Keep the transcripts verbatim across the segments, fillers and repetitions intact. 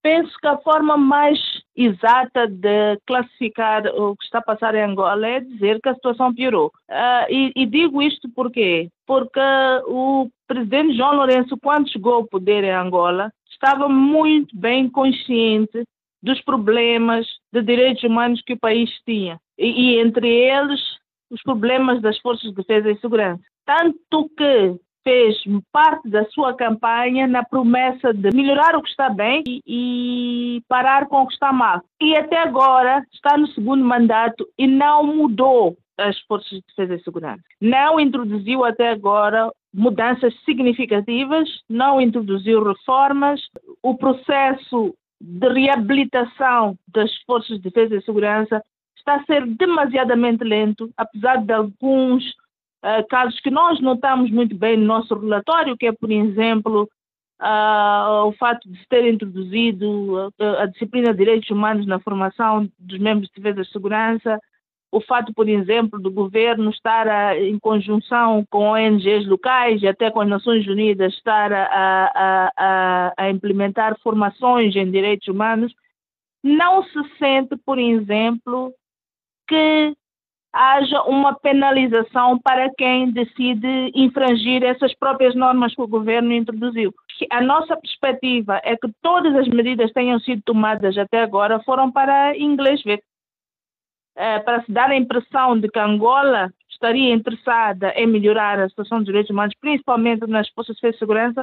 penso que a forma mais exata de classificar o que está a passar em Angola é dizer que a situação piorou. Uh, e, e digo isto por quê? Porque o presidente João Lourenço, quando chegou ao poder em Angola, estava muito bem consciente dos problemas de direitos humanos que o país tinha. E, e entre eles, os problemas das forças de defesa e segurança. Tanto que fez parte da sua campanha na promessa de melhorar o que está bem e, e parar com o que está mal. E até agora está no segundo mandato e não mudou as forças de defesa e segurança. Não introduziu até agora mudanças significativas, não introduziu reformas. O processo de reabilitação das forças de defesa e segurança está a ser demasiadamente lento, apesar de alguns Uh, casos que nós notamos muito bem no nosso relatório, que é, por exemplo, uh, o fato de se ter introduzido uh, a disciplina de direitos humanos na formação dos membros de defesa e segurança, o fato, por exemplo, do governo estar a, em conjunção com O N Gs locais e até com as Nações Unidas estar a, a, a, a implementar formações em direitos humanos, não se sente, por exemplo, que haja uma penalização para quem decide infringir essas próprias normas que o governo introduziu. A nossa perspectiva é que todas as medidas que tenham sido tomadas até agora foram para inglês ver, é, para se dar a impressão de que Angola estaria interessada em melhorar a situação dos direitos humanos, principalmente nas forças de segurança,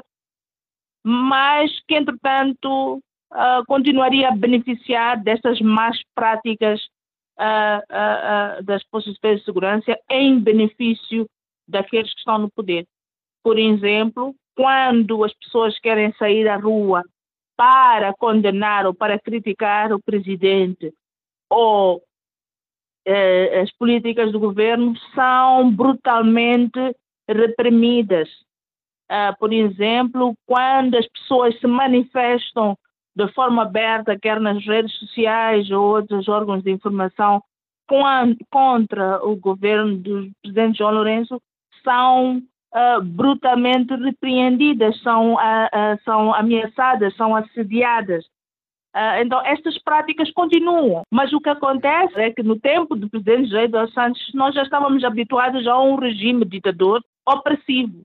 mas que, entretanto, uh, continuaria a beneficiar dessas más práticas Uh, uh, uh, das forças de defesa e segurança em benefício daqueles que estão no poder. Por exemplo, quando as pessoas querem sair à rua para condenar ou para criticar o presidente ou uh, as políticas do governo, são brutalmente reprimidas. Uh, por exemplo, quando as pessoas se manifestam de forma aberta, quer nas redes sociais ou outros órgãos de informação, contra o governo do presidente João Lourenço, são uh, brutalmente repreendidas, são, uh, uh, são ameaçadas, são assediadas. Uh, então, estas práticas continuam. Mas o que acontece é que no tempo do presidente Jair dos Santos, nós já estávamos habituados a um regime ditador opressivo.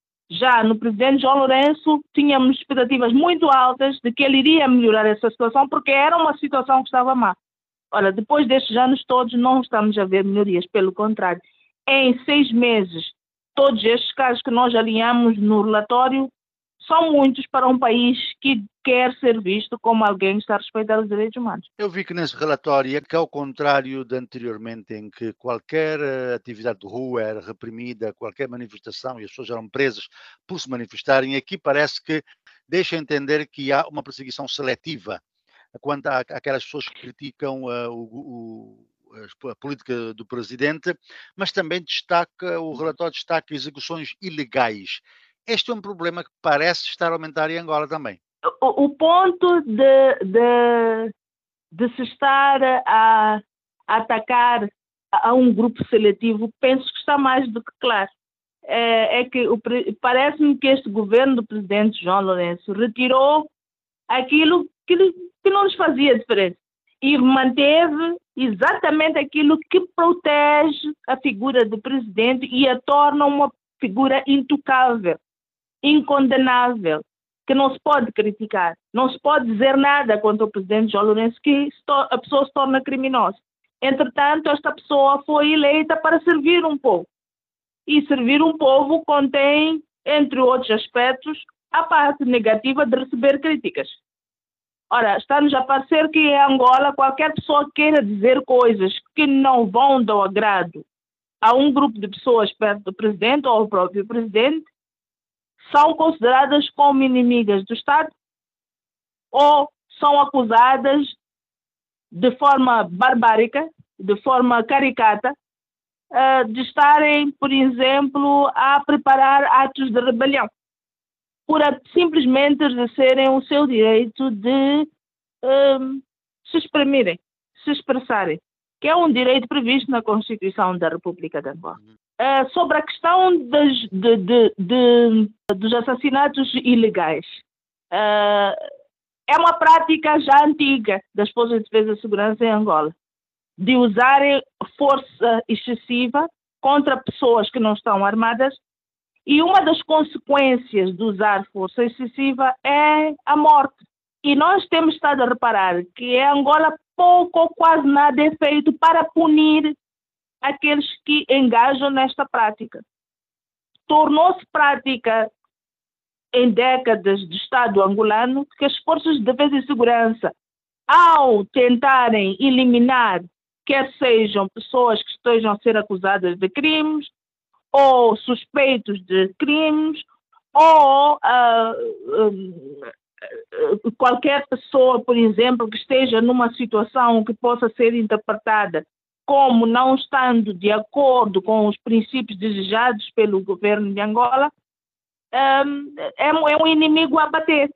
Já no presidente João Lourenço, tínhamos expectativas muito altas de que ele iria melhorar essa situação, porque era uma situação que estava má. Ora, depois destes anos todos, não estamos a ver melhorias, pelo contrário. Em seis meses, todos estes casos que nós alinhamos no relatório são muitos para um país que quer ser visto como alguém que está a respeitar os direitos humanos. Eu vi que nesse relatório, que ao contrário de anteriormente, em que qualquer atividade de rua era reprimida, qualquer manifestação, e as pessoas eram presas por se manifestarem, aqui parece que deixa entender que há uma perseguição seletiva quanto àquelas pessoas que criticam uh, o, o, a política do presidente, mas também destaca, o relatório destaca execuções ilegais. Este é um problema que parece estar a aumentar em Angola também. O, o ponto de, de, de se estar a, a atacar a um grupo seletivo, penso que está mais do que claro. É, é que parece-me que este governo do presidente João Lourenço retirou aquilo que, que não nos fazia diferença e manteve exatamente aquilo que protege a figura do presidente e a torna uma figura intocável, incondenável, que não se pode criticar. Não se pode dizer nada contra o presidente João Lourenço que a pessoa se torna criminosa. Entretanto, esta pessoa foi eleita para servir um povo. E servir um povo contém, entre outros aspectos, a parte negativa de receber críticas. Ora, está-nos a parecer que em Angola qualquer pessoa queira dizer coisas que não vão do agrado a um grupo de pessoas perto do presidente ou ao próprio presidente, são consideradas como inimigas do Estado ou são acusadas de forma barbárica, de forma caricata, de estarem, por exemplo, a preparar atos de rebelião, por simplesmente exercerem o seu direito de um, se exprimirem, se expressarem, que é um direito previsto na Constituição da República de Angola. Uh, sobre a questão de, de, de, de, dos assassinatos ilegais, uh, é uma prática já antiga das Forças de Defesa e Segurança em Angola, de usarem força excessiva contra pessoas que não estão armadas, e uma das consequências de usar força excessiva é a morte. E nós temos estado a reparar que em Angola pouco ou quase nada é feito para punir aqueles que engajam nesta prática. Tornou-se prática em décadas de Estado angolano que as forças de defesa e segurança, ao tentarem eliminar, quer sejam pessoas que estejam a ser acusadas de crimes, ou suspeitos de crimes, ou uh, uh, qualquer pessoa, por exemplo, que esteja numa situação que possa ser interpretada como não estando de acordo com os princípios desejados pelo governo de Angola, um, é, é um inimigo a bater.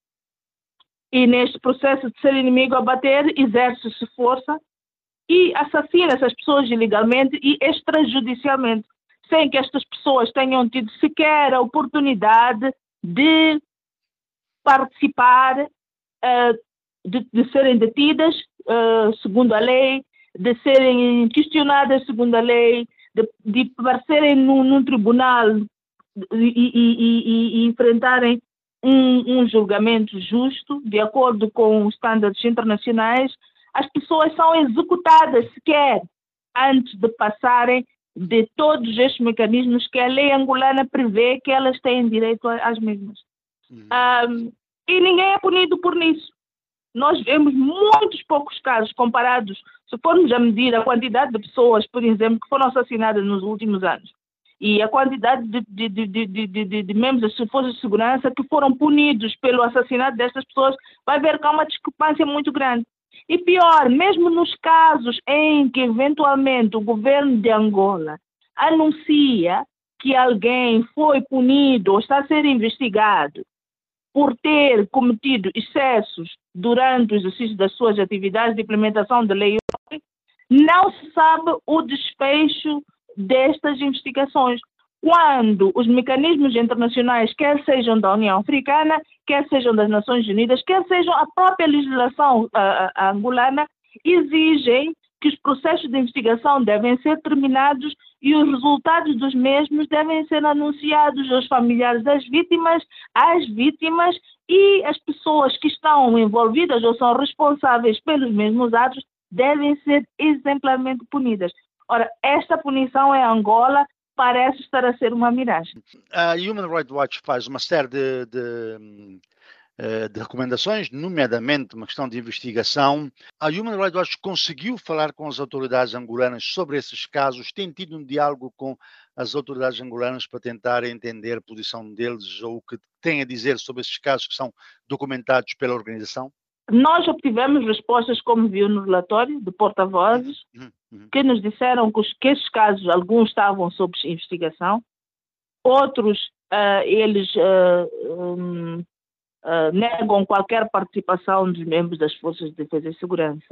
E neste processo de ser inimigo a bater, exerce-se força e assassina essas pessoas ilegalmente e extrajudicialmente, sem que estas pessoas tenham tido sequer a oportunidade de participar, uh, de, de serem detidas uh, segundo a lei, de serem questionadas segundo a lei, de, de aparecerem num, num tribunal e, e, e, e enfrentarem um, um julgamento justo, de acordo com os estándares internacionais. As pessoas são executadas sequer antes de passarem de todos estes mecanismos que a lei angolana prevê que elas têm direito às mesmas. Uhum. Um, e ninguém é punido por isso. Nós vemos muitos poucos casos comparados, se formos a medir a quantidade de pessoas, por exemplo, que foram assassinadas nos últimos anos e a quantidade de, de, de, de, de, de, de membros das forças de segurança que foram punidos pelo assassinato destas pessoas, vai ver que há uma discrepância muito grande. E pior, mesmo nos casos em que eventualmente o governo de Angola anuncia que alguém foi punido ou está a ser investigado por ter cometido excessos durante o exercício das suas atividades de implementação da lei, não se sabe o desfecho destas investigações, quando os mecanismos internacionais, quer sejam da União Africana, quer sejam das Nações Unidas, quer sejam a própria legislação uh, angolana, exigem que os processos de investigação devem ser terminados e os resultados dos mesmos devem ser anunciados aos familiares das vítimas, às vítimas e as pessoas que estão envolvidas ou são responsáveis pelos mesmos atos devem ser exemplarmente punidas. Ora, esta punição em Angola parece estar a ser uma miragem. A Human Rights Watch faz uma série de, de, de recomendações, nomeadamente uma questão de investigação. A Human Rights Watch conseguiu falar com as autoridades angolanas sobre esses casos? Tem tido um diálogo com as autoridades angolanas para tentar entender a posição deles ou o que têm a dizer sobre esses casos que são documentados pela organização? Nós obtivemos respostas, como viu no relatório, de porta-vozes, uhum, uhum. que nos disseram que, os, que esses casos, alguns estavam sob investigação, outros, uh, eles uh, um, uh, negam qualquer participação dos membros das Forças de Defesa e Segurança.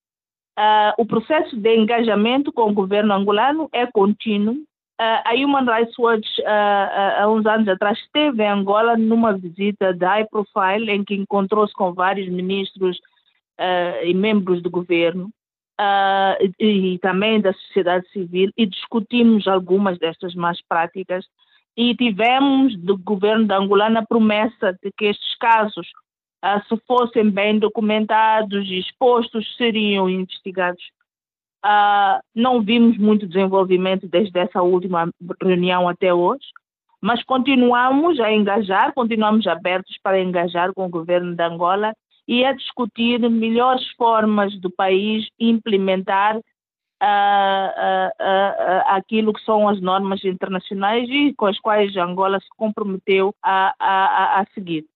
Uh, o processo de engajamento com o governo angolano é contínuo. Uh, a Human Rights Watch, uh, uh, há uns anos atrás, esteve em Angola numa visita de high profile, em que encontrou-se com vários ministros uh, e membros do governo uh, e, e também da sociedade civil, e discutimos algumas destas más práticas e tivemos do governo da Angola a promessa de que estes casos, uh, se fossem bem documentados e expostos, seriam investigados. Uh, não vimos muito desenvolvimento desde essa última reunião até hoje, mas continuamos a engajar, continuamos abertos para engajar com o governo de Angola e a discutir melhores formas do país implementar uh, uh, uh, uh, aquilo que são as normas internacionais e com as quais a Angola se comprometeu a, a, a seguir.